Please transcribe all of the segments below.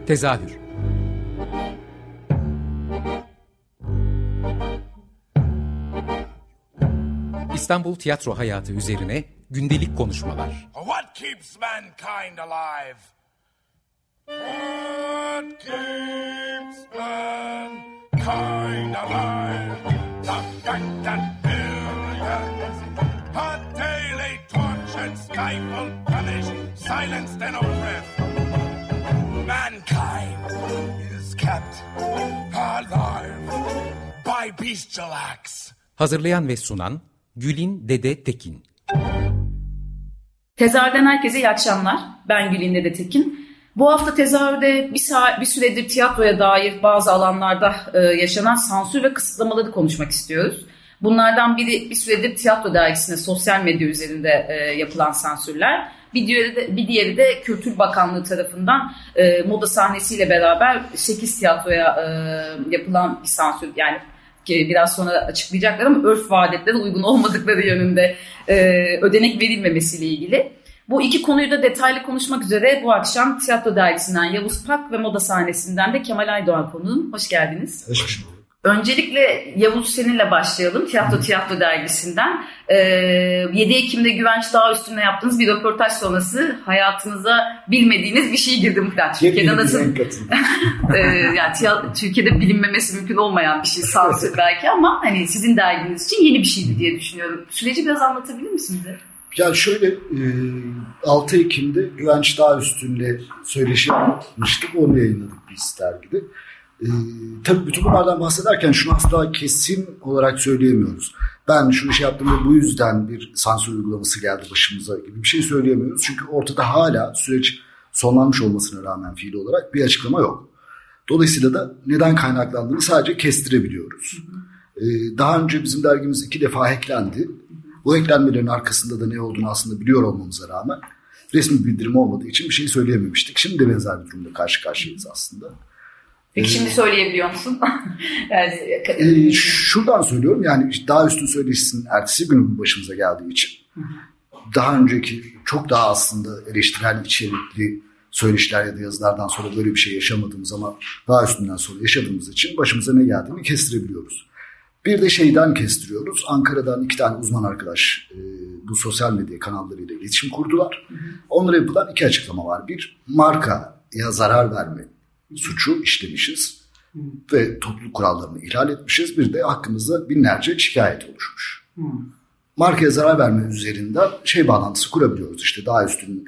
Tezahür. İstanbul tiyatro hayatı üzerine gündelik konuşmalar. What keeps mankind alive? What keeps mankind alive? The fact that billions are daily tortured, stifled, punished, silenced and oppressed. Mankind is kept alive by bestial acts. Hazırlayan ve sunan Gülin Dede Tekin. Tezahürden herkese iyi akşamlar. Ben Gülin Dede Tekin. Bu hafta tezahürde bir süredir tiyatroya dair bazı alanlarda yaşanan sansür ve kısıtlamaları konuşmak istiyoruz. Bunlardan biri bir süredir tiyatro dergisine sosyal medya üzerinde yapılan sansürler. Bir diğeri de Kültür Bakanlığı tarafından moda sahnesiyle beraber 8 tiyatroya yapılan bir sansür. Yani biraz sonra açıklayacaklar ama örf ve adetlere uygun olmadıkları yönünde ödenek verilmemesiyle ilgili. Bu iki konuyu da detaylı konuşmak üzere bu akşam Tiyatro Dergisi'nden Yavuz Pak ve Moda Sahnesi'nden de Kemal Aydoğan konuğum. Hoş geldiniz. Hoş bulduk. Öncelikle Yavuz seninle başlayalım. Tiyatro Dergisi'nden. 7 Ekim'de Güvenç Dağüstü'nde yaptığınız bir röportaj sonrası hayatınıza bilmediğiniz bir şey girdi muhtemelen. Türkiye'de nasıl? Yani Türkiye'de bilinmemesi mümkün olmayan bir şey sansür belki ama hani sizin derginiz için yeni bir şeydi diye düşünüyorum. Süreci biraz anlatabilir misiniz? Yani şöyle 6 Ekim'de Güvenç Dağüstü'nde söyleşi yapmıştık. Onu yayınladık biz dergide. Tabii bütün bunlardan bahsederken şunu asla kesin olarak söyleyemiyoruz. Ben şunu yaptım ve bu yüzden bir sansür uygulaması geldi başımıza gibi bir şey söyleyemiyoruz. Çünkü ortada hala süreç sonlanmış olmasına rağmen fiili olarak bir açıklama yok. Dolayısıyla da neden kaynaklandığını sadece kestirebiliyoruz. Daha önce bizim dergimiz 2 defa hacklendi. Bu hacklenmelerin arkasında da ne olduğunu aslında biliyor olmamıza rağmen resmi bildirim olmadığı için bir şey söyleyememiştik. Şimdi de benzer bir durumda karşı karşıyayız aslında. Peki şimdi söyleyebiliyor musun? Şuradan söylüyorum, yani Dağüstü söyleşisinin ertesi günü başımıza geldiği için daha önceki çok daha aslında eleştirel içerikli söyleşiler ya da yazılardan sonra böyle bir şey yaşamadığımız ama Dağüstü'nden sonra yaşadığımız için başımıza ne geldiğini kestirebiliyoruz. Bir de şeyden kestiriyoruz. Ankara'dan 2 tane uzman arkadaş bu sosyal medya kanallarıyla iletişim kurdular. Onlara yapılan 2 açıklama var. Bir, markaya zarar verme suçu işlemişiz ve topluluk kurallarını ihlal etmişiz. Bir de hakkımızda binlerce şikayet oluşmuş. Markaya zarar verme üzerinden bağlantısı kurabiliyoruz. İşte Dağüstü'nün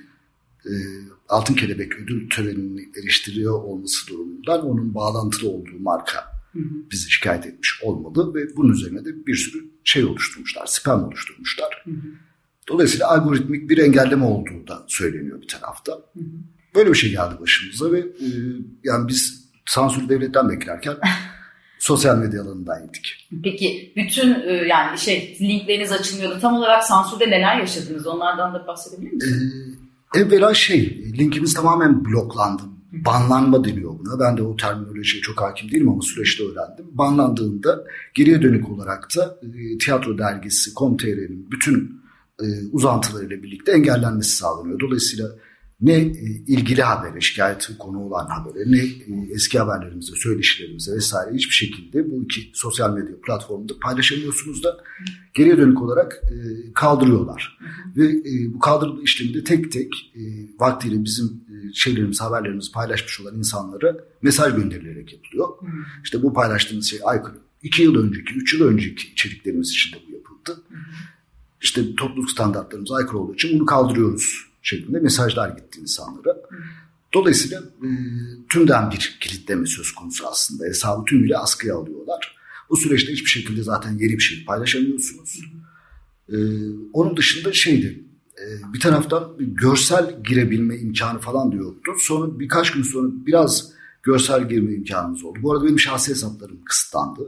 Altın Kelebek ödül törenini eleştiriyor olması durumundan onun bağlantılı olduğu marka bizi şikayet etmiş olmalı ve bunun üzerine de bir sürü oluşturmuşlar, spam oluşturmuşlar. Dolayısıyla algoritmik bir engelleme olduğu da söyleniyor bir tarafta. Böyle bir şey geldi başımıza ve yani biz sansür devletten beklerken sosyal medya alanından yedik. Peki bütün linkleriniz açılmıyordu. Tam olarak sansürde neler yaşadınız? Onlardan da bahsedebilir misiniz? Evvela linkimiz tamamen bloklandı. Banlanma deniyor buna. Ben de o terminolojiye çok hakim değilim ama süreçte öğrendim. Banlandığında geriye dönük olarak da Tiyatro Dergisi com.tr'nin bütün uzantılarıyla birlikte engellenmesi sağlanıyor. Dolayısıyla ne ilgili habere, şikayeti konu olan habere, ne eski haberlerimize, söyleşilerimize vesaire hiçbir şekilde bu 2 sosyal medya platformunda paylaşamıyorsunuz da geriye dönük olarak kaldırıyorlar. Ve bu kaldırma işlemi de tek tek vaktiyle bizim haberlerimizi paylaşmış olan insanlara mesaj gönderilerek yapılıyor. İşte bu paylaştığınız şey aykırı. 2 yıl önceki, 3 yıl önceki içeriklerimiz için de bu yapıldı. İşte topluluk standartlarımıza aykırı olduğu için bunu kaldırıyoruz şeklinde mesajlar gitti insanlara. Dolayısıyla tümden bir kilitleme söz konusu aslında. Hesabı tümüyle askıya alıyorlar. Bu süreçte hiçbir şekilde zaten yeni bir şey paylaşamıyorsunuz. Onun dışında bir taraftan görsel girebilme imkanı falan da yoktu. Sonra birkaç gün sonra biraz görsel girme imkanımız oldu. Bu arada benim şahsi hesaplarım kısıtlandı.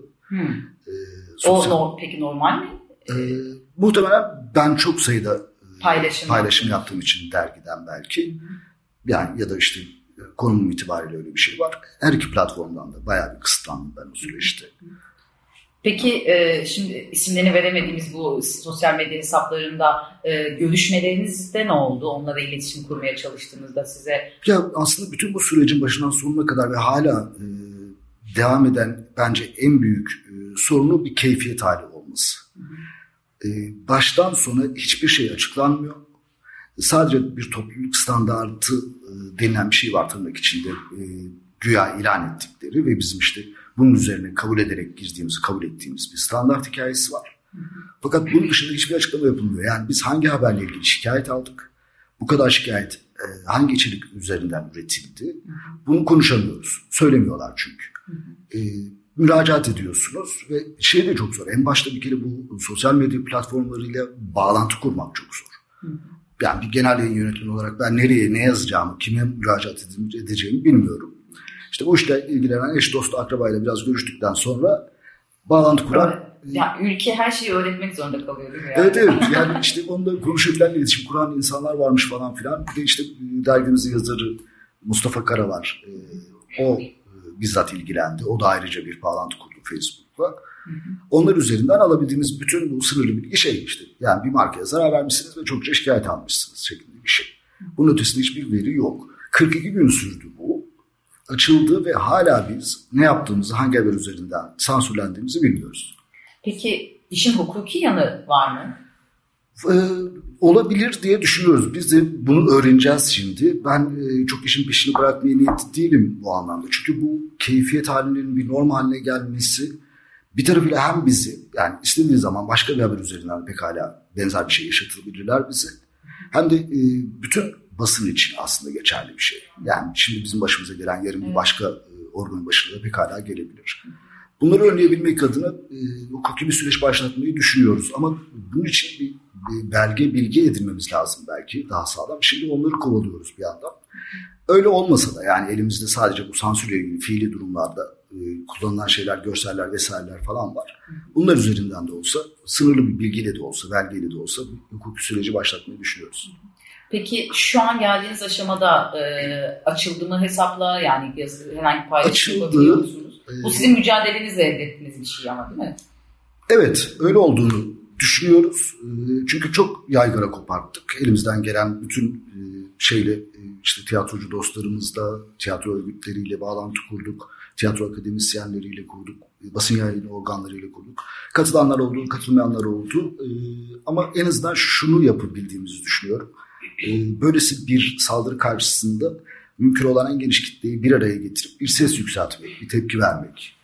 Peki normal mi? Muhtemelen ben çok sayıda paylaşım yaptığım için dergiden belki. Yani ya da konumum itibariyle öyle bir şey var. Her 2 platformdan da bayağı bir kısıtlandım ben o süreçte. Peki şimdi isimlerini veremediğimiz bu sosyal medya hesaplarında görüşmelerinizde ne oldu? Onlara iletişim kurmaya çalıştığınızda size? Ya aslında bütün bu sürecin başından sonuna kadar ve hala devam eden bence en büyük sorunu bir keyfiyet hali olması. Baştan sona hiçbir şey açıklanmıyor. Sadece bir topluluk standartı denilen bir şey var tırnak içinde güya ilan ettikleri ve bizim işte bunun üzerine kabul ederek girdiğimiz, kabul ettiğimiz bir standart hikayesi var. Fakat bunun dışında hiçbir açıklama yapılmıyor. Yani biz hangi haberle ilgili şikayet aldık? Bu kadar şikayet hangi içerik üzerinden üretildi? Bunu konuşamıyoruz. Söylemiyorlar çünkü. Müracaat ediyorsunuz ve şey de çok zor. En başta bir kere bu sosyal medya platformlarıyla bağlantı kurmak çok zor. Yani bir genel yayın yönetmeni olarak ben nereye ne yazacağımı, kime müracaat edeceğimi bilmiyorum. İşte bu işle ilgilenen eş, dost, akrabayla biraz görüştükten sonra bağlantı kuran... Yani ülke her şeyi öğretmek zorunda kalıyor değil mi? Yani? Evet. Yani işte onunla konuşabilen, iletişim kuran insanlar varmış falan filan. Bir de işte dergimizin yazarı Mustafa Kara var. O bizzat ilgilendi. O da ayrıca bir bağlantı kurdu Facebook'la. Onlar üzerinden alabildiğimiz bütün bu sınırlı bilgi şey işte. Yani bir markaya zarar vermişsiniz ve çokça şikayet almışsınız şeklinde bir şey. Bunun ötesinde hiçbir veri yok. 42 gün sürdü bu. Açıldı ve hala biz ne yaptığımızı, hangi haber üzerinden sansürlendiğimizi bilmiyoruz. Peki işin hukuki yanı var mı? Olabilir diye düşünüyoruz. Biz de bunu öğreneceğiz şimdi. Ben çok işin peşini bırakmaya niyetli değilim bu anlamda. Çünkü bu keyfiyet halinin bir norm haline gelmesi bir tarafıyla hem bizi, yani istediği zaman başka bir haber üzerinden pekala benzer bir şey yaşatabilirler bize. Hem de bütün basın için aslında geçerli bir şey. Yani şimdi bizim başımıza gelen yarın bir başka organın başına da pekala gelebilir. Bunları önleyebilmek adına hukuki bir süreç başlatmayı düşünüyoruz. Ama bunun için bir belge, bilgi edinmemiz lazım belki daha sağlam. Şimdi onları kovalıyoruz bir yandan. Öyle olmasa da yani elimizde sadece bu sansürle ilgili fiili durumlarda kullanılan şeyler, görseller vesaireler falan var. Bunlar üzerinden de olsa, sınırlı bir bilgiyle de olsa, belgeyle de olsa bir hukuki süreci başlatmayı düşünüyoruz. Peki şu an geldiğiniz aşamada açıldı mı hesapla, yani herhangi bir paylaşım yapabiliyor musunuz? Bu sizin mücadelenizle elde ettiğiniz bir şey ama değil mi? Evet, öyle olduğunu düşünüyoruz. Çünkü çok yaygara koparttık. Elimizden gelen bütün şeyle işte tiyatrocu dostlarımızla, tiyatro örgütleriyle bağlantı kurduk. Tiyatro akademisyenleriyle kurduk. Basın yayın organlarıyla kurduk. Katılanlar oldu, katılmayanlar oldu. Ama en azından şunu yapabildiğimizi düşünüyorum. Böylesi bir saldırı karşısında mümkün olan en geniş kitleyi bir araya getirip bir ses yükseltmek, bir tepki vermek.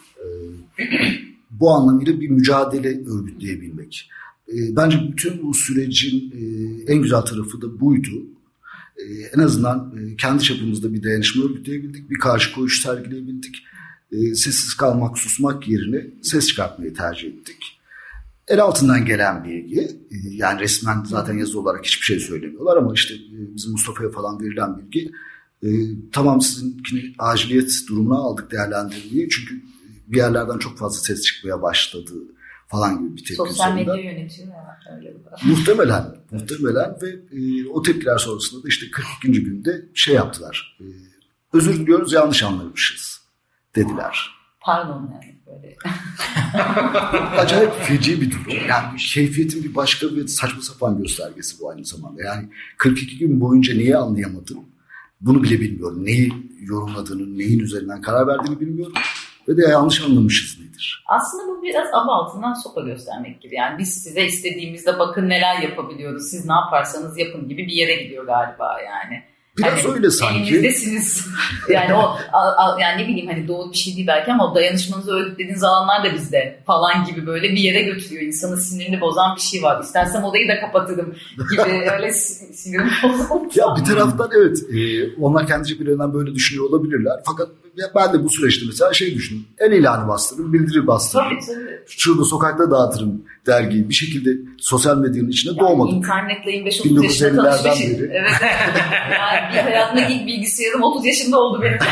Bu anlamıyla bir mücadele örgütleyebilmek. Bence bütün bu sürecin en güzel tarafı da buydu. En azından kendi çapımızda bir dayanışma örgütleyebildik, bir karşı koyuş sergileyebildik. Sessiz kalmak, susmak yerine ses çıkartmayı tercih ettik. El altından gelen bilgi, yani resmen zaten yazılı olarak hiçbir şey söylemiyorlar ama işte bizim Mustafa'ya falan verilen bilgi, tamam sizinkini aciliyet durumuna aldık değerlendirmeyi çünkü bir yerlerden çok fazla ses çıkmaya başladı falan gibi bir tepki sonunda. Sosyal medya yönetiyor ya. Öyle Muhtemelen ve o tepkiler sonrasında da işte 42. günde şey yaptılar. Özür diliyoruz, yanlış anlamışız dediler. Pardon yani böyle. Acayip feci bir durum. Yani keyfiyetin bir başka bir saçma sapan göstergesi bu aynı zamanda. Yani 42 gün boyunca neyi anlayamadım? Bunu bile bilmiyorum. Neyi yorumladığını, neyin üzerinden karar verdiğini bilmiyorum. Ve de yanlış anlamışız nedir? Aslında bu biraz aba altından sopa göstermek gibi. Yani biz size istediğimizde bakın neler yapabiliyoruz. Siz ne yaparsanız yapın gibi bir yere gidiyor galiba yani. Biraz hani öyle sanki. Elinizdesiniz. Yani o yani ne bileyim hani doğru bir şey değil belki ama o dayanışmanızı örgütlediğiniz alanlar da bizde falan gibi böyle bir yere götürüyor. İnsanın sinirini bozan bir şey var. İstersem odayı da kapatırım gibi öyle sinirim bozan. Ya bir taraftan evet onlar kendi cephilerinden böyle düşünüyor olabilirler. Fakat ben de bu süreçte mesela şey düşündüm. El ilanı bastırırım, bildiri bastırırım. Tabii. Şurada sokakta dağıtırım dergiyi. Bir şekilde sosyal medyanın içine doğmadım. İnternetle 25-30 yaşında tanışmışım. Evet. Yani hayatımda ilk bilgisayarım 30 yaşında oldu benim.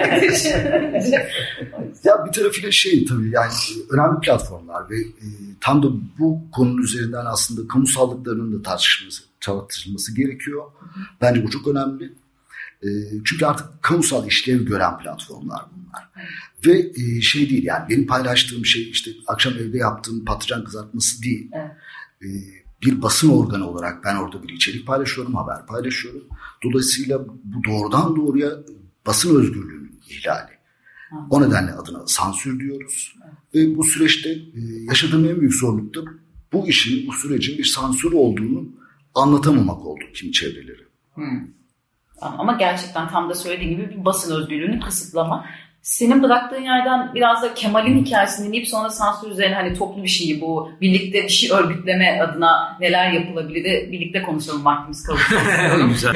Ya bir tarafıyla şey tabii yani önemli platformlar ve tam da bu konunun üzerinden aslında kamusallıklarının da tartışılması gerekiyor. Bence bu çok önemli. Çünkü artık kamusal işlev gören platformlar bunlar. Ve şey değil yani benim paylaştığım şey işte akşam evde yaptığım patlıcan kızartması değil. Evet. Bir basın organı olarak ben orada bir içerik paylaşıyorum, haber paylaşıyorum. Dolayısıyla bu doğrudan doğruya basın özgürlüğünün ihlali. O nedenle adına sansür diyoruz. Ve bu süreçte yaşadığım en büyük zorluk da bu işin, bu sürecin bir sansür olduğunu anlatamamak oldu kimi çevreleri. Ama gerçekten tam da söylediğin gibi bir basın özgürlüğünü kısıtlama. Senin bıraktığın yerden biraz da Kemal'in hikayesini dinleyip sonra sansür üzerine hani toplu bir şeyi bu birlikte bir şey örgütleme adına neler yapılabilir de birlikte konuşalım vaktimiz kalırsa. Güzel.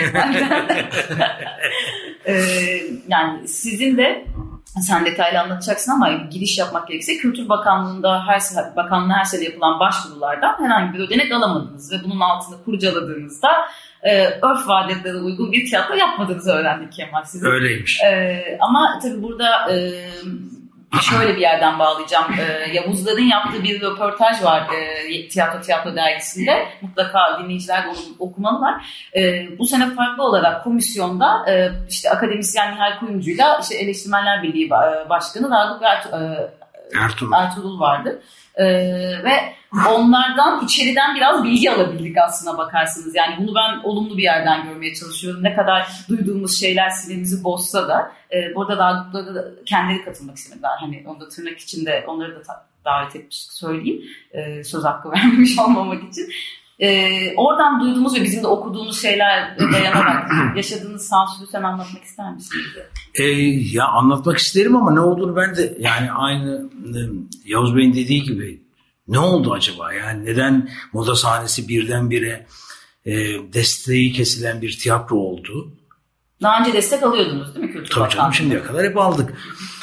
Yani sizin de sen detaylı anlatacaksın ama giriş yapmak gerekirse Kültür Bakanlığı'nda her sene yapılan başvurulardan herhangi bir ödenek alamadınız ve bunun altını kurcaladığınızda örf ve adetlere uygun bir tiyatro yapmadığınızı öğrendik Kemal sizin. Öyleymiş. Ama tabii burada şöyle bir yerden bağlayacağım. Yavuzların yaptığı bir röportaj var Tiyatro dergisinde. Mutlaka dinleyiciler de onu okumalılar. Bu sene farklı olarak komisyonda işte akademisyen Nihal Kuyumcu'yla işte Eleştirmenler Birliği Başkanı Ragıp Ertuğrul vardı. Ve onlardan içeriden biraz bilgi alabildik aslına bakarsanız. Yani bunu ben olumlu bir yerden görmeye çalışıyorum. Ne kadar duyduğumuz şeyler sinirimizi bozsa da burada Ragıp'lara da kendileri katılmak istemediler. Hani onu da tırnak içinde onları da davet etmiştik söyleyeyim. Söz hakkı vermemiş olmamak için. Oradan duyduğumuz ve bizim de okuduğumuz şeyler dayanarak yaşadığınız sansürü sen anlatmak ister misiniz? Ya anlatmak isterim ama ne olduğunu ben de yani aynı Yavuz Bey'in dediği gibi ne oldu acaba? Yani neden moda sahnesi birdenbire desteği kesilen bir tiyatro oldu? Daha önce destek alıyordunuz değil mi Kültür Bakanlığı? Tabii canım şimdiye kadar hep aldık.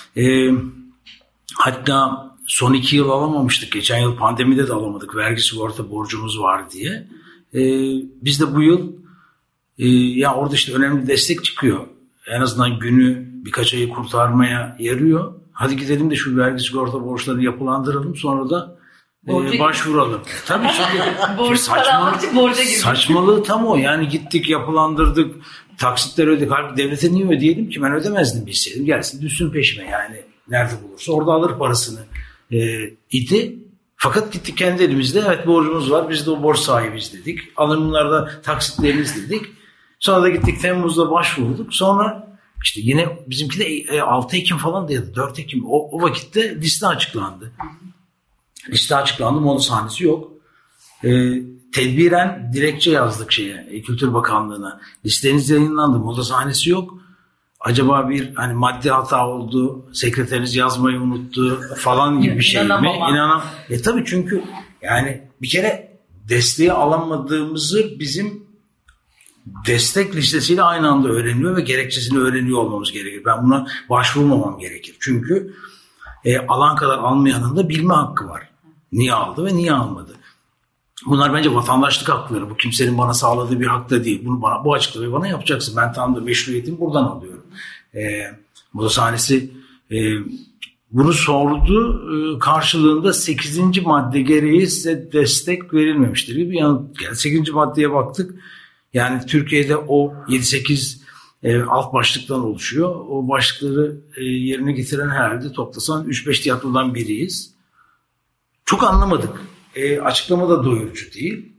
Hatta son 2 yıl alamamıştık. Geçen yıl pandemide de alamadık. Vergi sigorta borcumuz var diye. Biz de bu yıl ya orada işte önemli bir destek çıkıyor. En azından günü birkaç ayı kurtarmaya yarıyor. Hadi gidelim de şu vergi sigorta borçlarını yapılandıralım. Sonra da başvuralım. Tabii çünkü saçmalığı tam o. Yani gittik yapılandırdık. Taksitleri ödedik. Halbuki devlete niye ödeyelim ki? Ben ödemezdim bilseydim. Gelsin düşsün peşime yani. Nerede bulursa orada alır parasını idi. Fakat gittik kendi elimizde. Evet borcumuz var. Biz de o borç sahibiyiz dedik. Alın bunlar da taksitleriniz dedik. Sonra da gittik Temmuz'da başvurduk. Sonra işte yine bizimki de 6 Ekim falan ya da 4 Ekim o vakitte liste açıklandı. Liste açıklandı. Moda sahnesi yok. Tedbiren dilekçe yazdık Kültür Bakanlığı'na. Listeniz yayınlandı. Moda sahnesi yok. Acaba bir hani maddi hata oldu, sekreteriniz yazmayı unuttu falan gibi bir şey mi? Tabii çünkü yani bir kere desteği alamadığımızı bizim destek listesiyle aynı anda öğreniyor ve gerekçesini öğreniyor olmamız gerekir. Ben buna başvurmamam gerekir. Çünkü alan kadar almayanın da bilme hakkı var. Niye aldı ve niye almadı? Bunlar bence vatandaşlık hakları. Bu kimsenin bana sağladığı bir hak da değil. Bu açıklamayı bana yapacaksın. Ben tam da meşruiyetimi buradan alıyorum. Moda sahnesi bunu sordu. Karşılığında 8. madde gereği size destek verilmemiştir gibi bir yanıt geldi. 8. maddeye baktık. Yani Türkiye'de o 7-8 alt başlıktan oluşuyor. O başlıkları yerine getiren herhalde toplasan 3-5 tiyatrodan biriyiz. Çok anlamadık. Açıklama da doyurucu değil.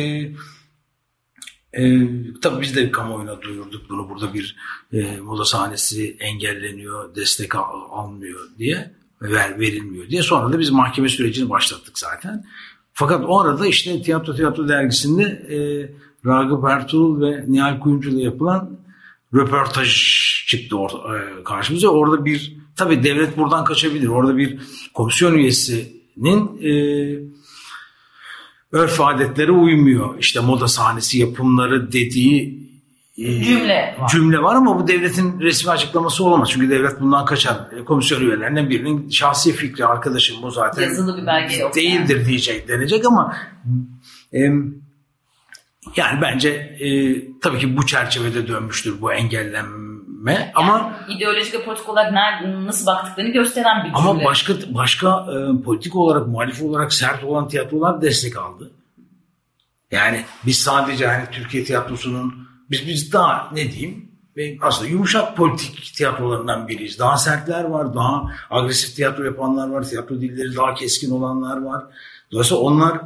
Tabii biz de kamuoyuna duyurduk bunu. Burada bir moda sahnesi engelleniyor, destek almıyor diye, verilmiyor diye. Sonra da biz mahkeme sürecini başlattık zaten. Fakat o arada işte Tiyatro dergisinde Ragıp Ertuğrul ve Nihal Kuyumcu'yla yapılan röportaj çıktı karşımıza. Orada tabii devlet buradan kaçabilir. Orada bir komisyon üyesinin örf adetlere uymuyor. İşte moda sahnesi yapımları dediği cümle var ama bu devletin resmi açıklaması olamaz. Çünkü devlet bundan kaçar. Komisyon üyelerinden birinin şahsi fikri, arkadaşım bu zaten yazılı bir belge yok değildir yani. Denecek ama yani bence tabii ki bu çerçevede dönmüştür bu engellenme yani, ama ideolojik ve politik olarak nasıl baktıklarını gösteren bir cümle. Ama başka politik olarak, muhalif olarak sert olan tiyatrolar destek aldı. Yani biz sadece hani Türkiye tiyatrosunun biz daha ne diyeyim ve aslında yumuşak politik tiyatrolarından biriyiz. Daha sertler var, daha agresif tiyatro yapanlar var, tiyatro dilleri daha keskin olanlar var. Dolayısıyla onlar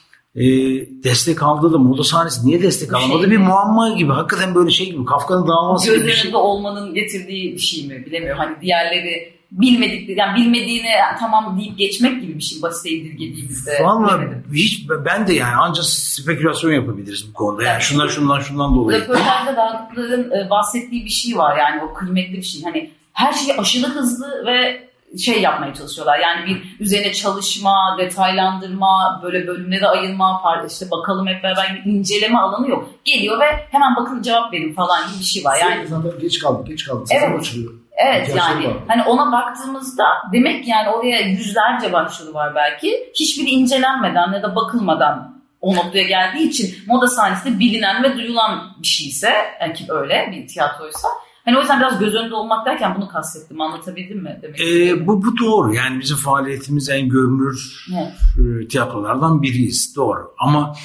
destek aldı da moda sahnesi niye destek almadı? Bir muamma gibi. Hakikaten böyle şey gibi. Kafka'nın davası gibi bir şey. Gözlerinde olmanın getirdiği bir şey mi? Bilemiyorum. Hani diğerleri bilmediğine tamam deyip geçmek gibi bir şey basite indirgediğimizde. Vallahi hiç ben de yani ancak spekülasyon yapabiliriz bu konuda. Yani şundan dolayı. Röportajda Dağlıkların bahsettiği bir şey var. Yani o kıymetli bir şey. Hani her şeyi aşırı hızlı ve yapmaya çalışıyorlar. Yani bir üzerine çalışma, detaylandırma, böyle bölümlere ayırma, işte bakalım hep beraber inceleme alanı yok. Geliyor ve hemen bakın cevap verin falan gibi bir şey var. Yani zaten geç kaldık. Evet. Evet yani hani ona baktığımızda demek yani oraya yüzlerce başvuru var belki. Hiçbiri incelenmeden ya da bakılmadan o noktaya geldiği için moda sahnesinde bilinen ve duyulan bir şeyse, ki öyle bir tiyatroysa. Hani o yüzden biraz göz önünde olmak derken bunu kastettim. Anlatabildim mi? Demek bu doğru. Yani bizim faaliyetimiz en görünür tiyatrolardan biriyiz. Doğru. Ama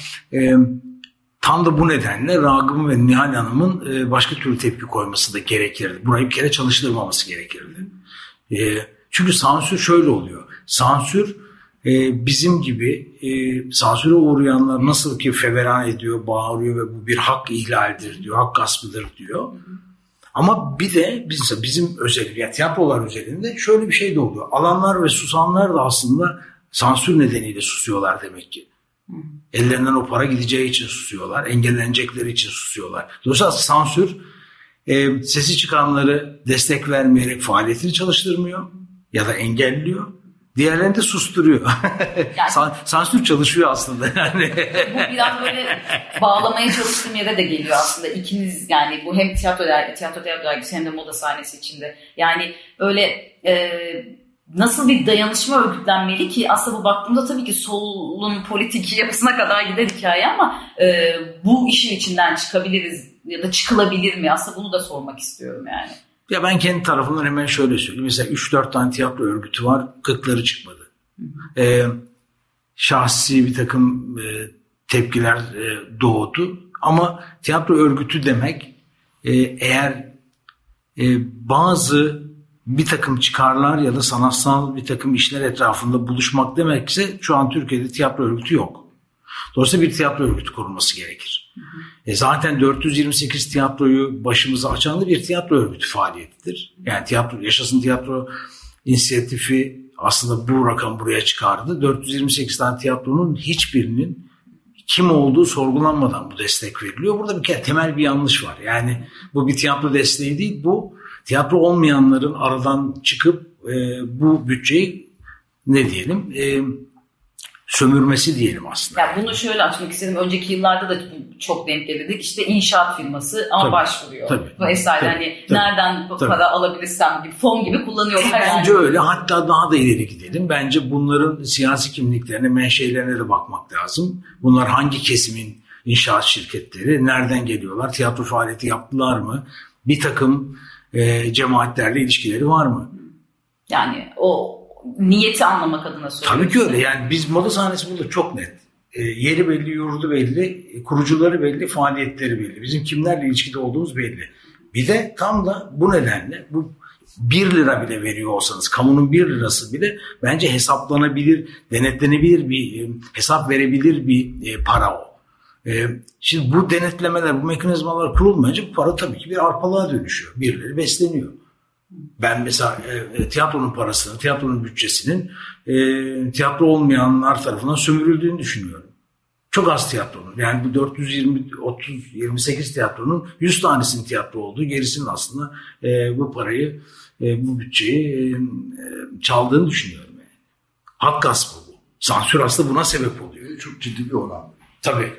tam da bu nedenle Ragım ve Nihal Hanım'ın başka türlü tepki koyması da gerekirdi. Burayı bir kere çalıştırmaması gerekirdi. Çünkü sansür şöyle oluyor. Sansür bizim gibi sansüre uğrayanlar nasıl ki feveran ediyor, bağırıyor ve bu bir hak ihlaldir diyor, hak gaspıdır diyor. Ama bir de bizim özellikle yani tiyatrolar özelinde şöyle bir şey de oluyor. Alanlar ve susanlar da aslında sansür nedeniyle susuyorlar demek ki. Ellerinden o para gideceği için susuyorlar. Engellenecekleri için susuyorlar. Dolayısıyla sansür sesi çıkanları destek vermeyerek faaliyetini çalıştırmıyor ya da engelliyor. Diğerlerini de susturuyor. Yani, sansür çalışıyor aslında. Yani. Bu biraz böyle bağlamaya çalıştığım yere de geliyor aslında. İkiniz yani bu hem tiyatro dergisi hem de moda sahnesi içinde. Yani öyle nasıl bir dayanışma örgütlenmeli ki aslında bu baktığımda tabii ki solun politik yapısına kadar gider hikaye ama bu işin içinden çıkabiliriz ya da çıkılabilir mi? Aslında bunu da sormak istiyorum yani. Ya ben kendi tarafımdan hemen şöyle söyleyeyim. Mesela 3-4 tane tiyatro örgütü var. 40'ları çıkmadı. Şahsi bir takım tepkiler doğdu. Ama tiyatro örgütü demek eğer bazı bir takım çıkarlar ya da sanatsal bir takım işler etrafında buluşmak demekse şu an Türkiye'de tiyatro örgütü yok. Dolayısıyla bir tiyatro örgütü kurulması gerekir. Zaten 428 tiyatroyu başımıza açan da bir tiyatro örgütü faaliyetidir. Yani Yaşasın Tiyatro inisiyatifi aslında bu rakam buraya çıkardı. 428 tane tiyatronun hiçbirinin kim olduğu sorgulanmadan bu destek veriliyor. Burada bir kere temel bir yanlış var. Yani bu bir tiyatro desteği değil, bu tiyatro olmayanların aradan çıkıp bu bütçeyi sömürmesi diyelim aslında. Ya bunu şöyle açmak istedim. Önceki yıllarda da çok denk gelirdik. İşte inşaat firması ama başvuruyor. Nereden para alabilirsem bir fon gibi kullanıyorlar. Bence öyle. Hatta daha da ileri gidelim. Bence bunların siyasi kimliklerine, menşeilerine de bakmak lazım. Bunlar hangi kesimin inşaat şirketleri, nereden geliyorlar, tiyatro faaliyeti yaptılar mı? Bir takım cemaatlerle ilişkileri var mı? Yani o niyeti anlamak adına söylüyorum. Tabii ki öyle. Yani biz moda sahnesi burada çok net. Yeri belli, yurdu belli, kurucuları belli, faaliyetleri belli. Bizim kimlerle ilişkide olduğumuz belli. Bir de tam da bu nedenle bu 1 lira bile veriyor olsanız, kamunun 1 lirası bile bence hesaplanabilir, denetlenebilir bir hesap verebilir bir para o. Şimdi bu denetlemeler, bu mekanizmalar kurulmayınca bu para tabii ki bir arpalığa dönüşüyor. Birileri besleniyor. Ben mesela tiyatronun parasını, tiyatronun bütçesinin tiyatro olmayanlar tarafından sömürüldüğünü düşünüyorum. Çok az tiyatronun. Yani bu 428 tiyatronun 100 tanesinin tiyatro olduğu, gerisinin aslında bu parayı, bu bütçeyi çaldığını düşünüyorum. Yani. Hak gaspı bu. Sansür aslında buna sebep oluyor. Çok ciddi bir oran. Tabii.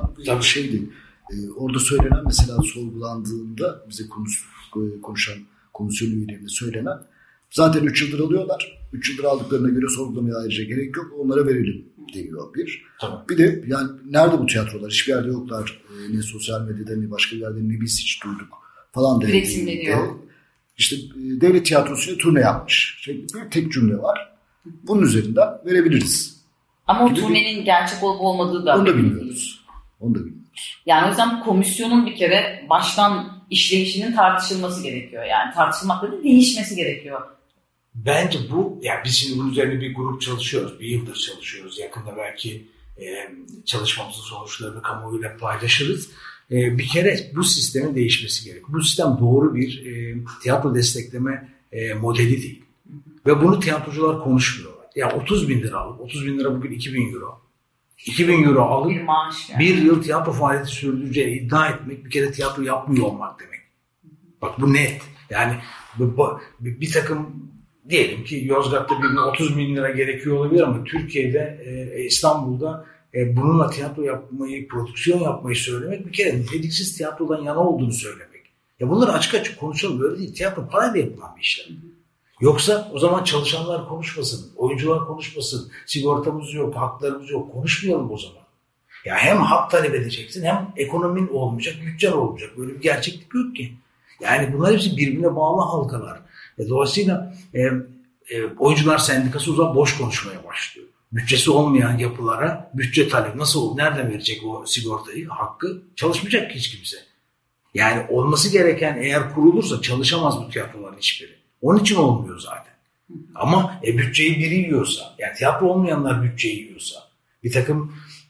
Orada söylenen mesela sorgulandığında bize konuşan komisyon üyelerine söylenen zaten 3 yıldır alıyorlar. 3 yıldır aldıklarına göre sorgulamaya ayrıca gerek yok. Onlara verelim deniyor bir. Tamam. Bir de yani nerede bu tiyatrolar? Hiçbir yerde yoklar. Ne sosyal medyada ne başka yerde ne biz hiç duyduk falan üretimleri İşte devlet tiyatrosuyla turne yapmış. Bir tek cümle var. Bunun üzerinden verebiliriz. Ama o turnenin gerçek olup olmadığı da onu da bilmiyoruz. Yani o yüzden bu komisyonun bir kere baştan işleyişinin tartışılması gerekiyor. Yani tartışılmakla da değişmesi gerekiyor. Bence bu, yani biz şimdi bunun üzerine bir grup çalışıyoruz. Bir yıldır çalışıyoruz. Yakında belki çalışmamızın sonuçlarını kamuoyuyla paylaşırız. Bir kere bu sistemin değişmesi gerekiyor. Bu sistem doğru bir tiyatro destekleme modeli değil. Ve bunu tiyatrocular konuşmuyorlar. Ya 30 bin lira alıp, 30 bin lira bugün 2.000 euro. 2.000 euro alıp bir maaş yani. Bir yıl tiyatro faaliyeti sürdüreceğini iddia etmek bir kere tiyatro yapmıyor olmak demek. Bak bu net. Yani bir takım, diyelim ki Yozgat'ta birine 30 bin lira gerekiyor olabilir ama Türkiye'de, İstanbul'da bununla tiyatro yapmayı, prodüksiyon yapmayı söylemek bir kere niteliksiz tiyatrodan yana olduğunu söylemek. Ya bunları açık açık konuşalım. Böyle değil. Tiyatro parayla yapılan bir işlem. Yoksa o zaman çalışanlar konuşmasın, oyuncular konuşmasın, sigortamız yok, haklarımız yok. Konuşmayalım o zaman. Ya hem hak talep edeceksin hem ekonomin olmayacak, bütçen olmayacak. Böyle bir gerçeklik yok ki. Yani bunlar hepsi birbirine bağlı halkalar. Dolayısıyla oyuncular sendikası o zaman boş konuşmaya başlıyor. Bütçesi olmayan yapılara bütçe talep nasıl olur? Nereden verecek o sigortayı, hakkı? Çalışmayacak ki hiç kimse. Yani olması gereken, eğer kurulursa çalışamaz bu tiyatroların hiçbiri. Onun için olmuyor zaten. Ama bütçeyi biri yiyorsa, yani tiyatro olmayanlar bütçeyi yiyorsa, bir takım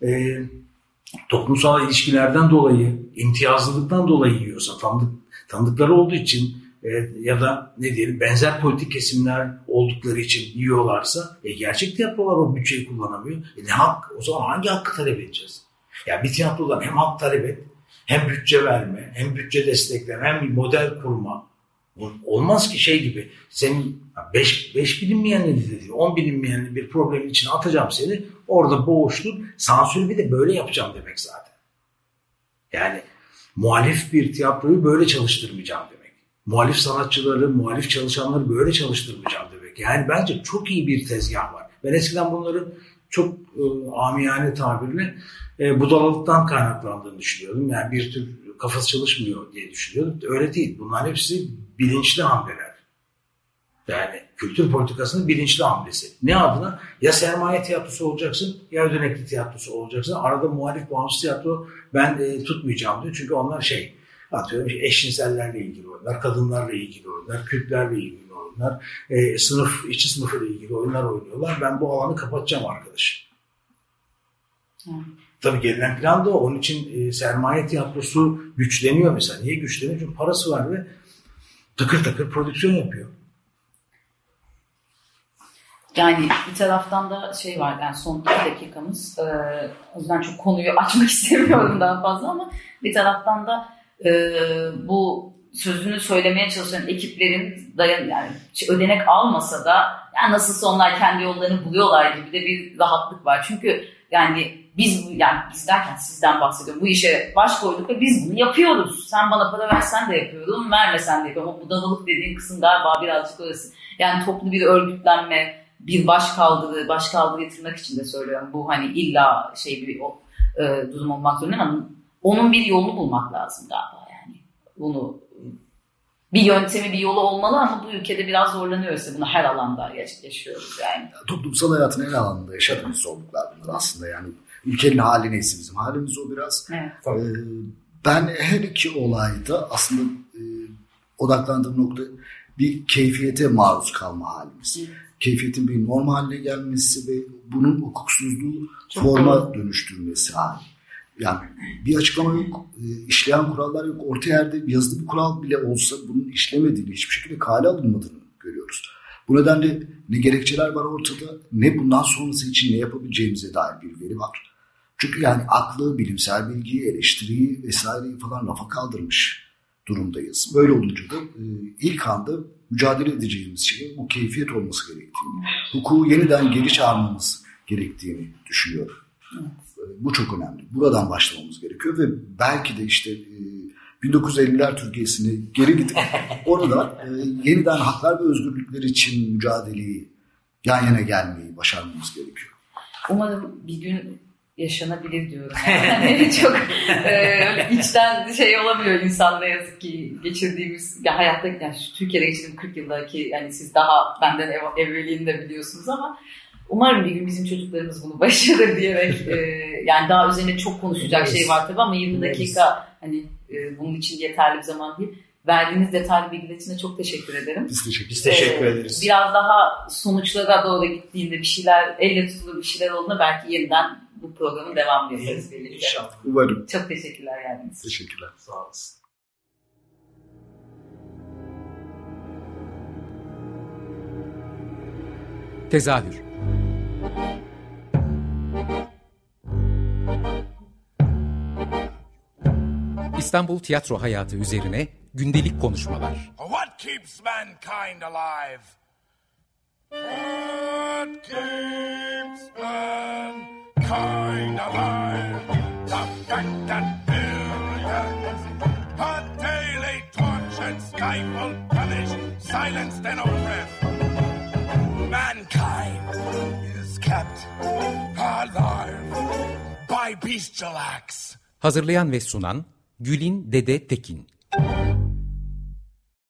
toplumsal ilişkilerden dolayı, imtiyazlılıktan dolayı yiyorsa, tanıdıkları olduğu için ya da ne diyelim benzer politik kesimler oldukları için yiyorlarsa gerçek tiyatrolar o bütçeyi kullanamıyor. Ne hak? O zaman hangi hakkı talep edeceğiz? Ya bir tiyatrodan hem hak talep et, hem bütçe verme, hem bütçe destekleme, hem bir model kurma. Olmaz ki şey gibi, senin 5 bilinmeyenli de değil, 10 bilinmeyenli bir problemin içine atacağım seni, orada boğuştur, sansürü bir de böyle yapacağım demek zaten. Yani muhalif bir tiyatroyu böyle çalıştırmayacağım demek. Muhalif sanatçıları, muhalif çalışanları böyle çalıştırmayacağım demek. Yani bence çok iyi bir tezgah var. Ben eskiden bunları çok amiyane tabirle budalalıktan kaynaklandığını düşünüyordum. Yani bir tür kafası çalışmıyor diye düşünüyordum. Öyle değil. Bunların hepsi bilinçli hamleler. Yani kültür politikasının bilinçli hamlesi. Ne adına? Ya sermaye tiyatrosu olacaksın ya ödenekli tiyatrosu olacaksın. Arada muhalif bağımsız tiyatro ben tutmayacağım diyor. Çünkü onlar atıyorum eşcinsellerle ilgili oyunlar, kadınlarla ilgili oyunlar, Kürtlerle ilgili oyunlar, içi sınıfıyla ilgili oyunlar oynuyorlar. Ben bu alanı kapatacağım arkadaş. Tabii gelinen plan da o. Onun için sermaye tiyatrosu güçleniyor mesela. Niye güçleniyor? Çünkü parası var ve takır takır prodüksiyon yapıyor. Yani bir taraftan da var, yani son 2 dakikamız. O yüzden çok konuyu açmak istemiyorum daha fazla ama bir taraftan da bu sözünü söylemeye çalışan ekiplerin yani ödenek almasa da yani nasılsa onlar kendi yollarını buluyorlar gibi de bir rahatlık var. Çünkü yani biz derken sizden bahsediyorum. Bu işe baş koyduk ve biz bunu yapıyoruz. Sen bana para versen de yapıyorum, vermesen de yapıyorum. Ama budalalık dediğin kısım galiba birazcık orası. Yani toplu bir örgütlenme, bir başkaldırı tırnak için de söylüyorum. Bu hani illa bir durum olmak zorunda ama onun bir yolunu bulmak lazım galiba yani. Bunu bir yöntemi, bir yolu olmalı ama bu ülkede biraz zorlanıyorsa bunu her alanda yaşıyoruz yani. Toplumsal hayatın her alanında yaşadığımız zorluklar bunlar aslında yani. Ülkenin hali neyse bizim halimiz o biraz. Evet. Ben her iki olayda aslında odaklandığım nokta bir keyfiyete maruz kalma halimiz. Evet. Keyfiyetin bir normal haline gelmesi ve bunun hukuksuzluğu forma dönüştürmesi hali. Yani bir açıklama yok, işleyen kurallar yok. Orta yerde yazılı bir kural bile olsa bunun işlemediğini, hiçbir şekilde kale alınmadığını görüyoruz. Bu nedenle ne gerekçeler var ortada, ne bundan sonrası için ne yapabileceğimize dair bir veri var. Çünkü yani aklı, bilimsel bilgiyi, eleştiriyi vesaireyi falan rafa kaldırmış durumdayız. Böyle olunca da ilk anda mücadele edeceğimiz şeyin bu keyfiyet olması gerektiğini, hukuku yeniden geri çağırmamız gerektiğini düşünüyorum. Evet. Bu çok önemli. Buradan başlamamız gerekiyor ve belki de 1950'ler Türkiye'sine geri gidip orada yeniden haklar ve özgürlükler için mücadeleyi yan yana gelmeyi başarmamız gerekiyor. Umarım bir gün yaşanabilir diyorum. Yani çok içten olamıyor insan ne yazık ki geçirdiğimiz hayatta, yani Türkiye'de geçirdiğim 40 yıldaki, yani siz daha benden evvelini de biliyorsunuz ama umarım bir gün bizim çocuklarımız bunu başarır diyerek yani daha üzerine çok konuşacak şey var tabii ama 20 dakika hani bunun için yeterli bir zaman değil. Verdiğiniz detaylı bilgiler için de çok teşekkür ederim. Biz teşekkür ederiz. Biraz daha sonuçlara doğru gittiğinde bir şeyler, elle tutulur bir şeyler olduğunda belki yeniden bu programın devamını yaparız birlikte. İnşallah. Umarım. Çok teşekkürler geldiniz. Teşekkürler. Sağ olasın. Tezahür. İstanbul tiyatro hayatı üzerine gündelik konuşmalar. What keeps mankind alive? What keeps mankind alive? The fact that billions are daily tortured, stifled, punished, silenced and oppressed. Mankind is kept alive by bestial acts. Hazırlayan ve sunan Gülin Dede Tekin.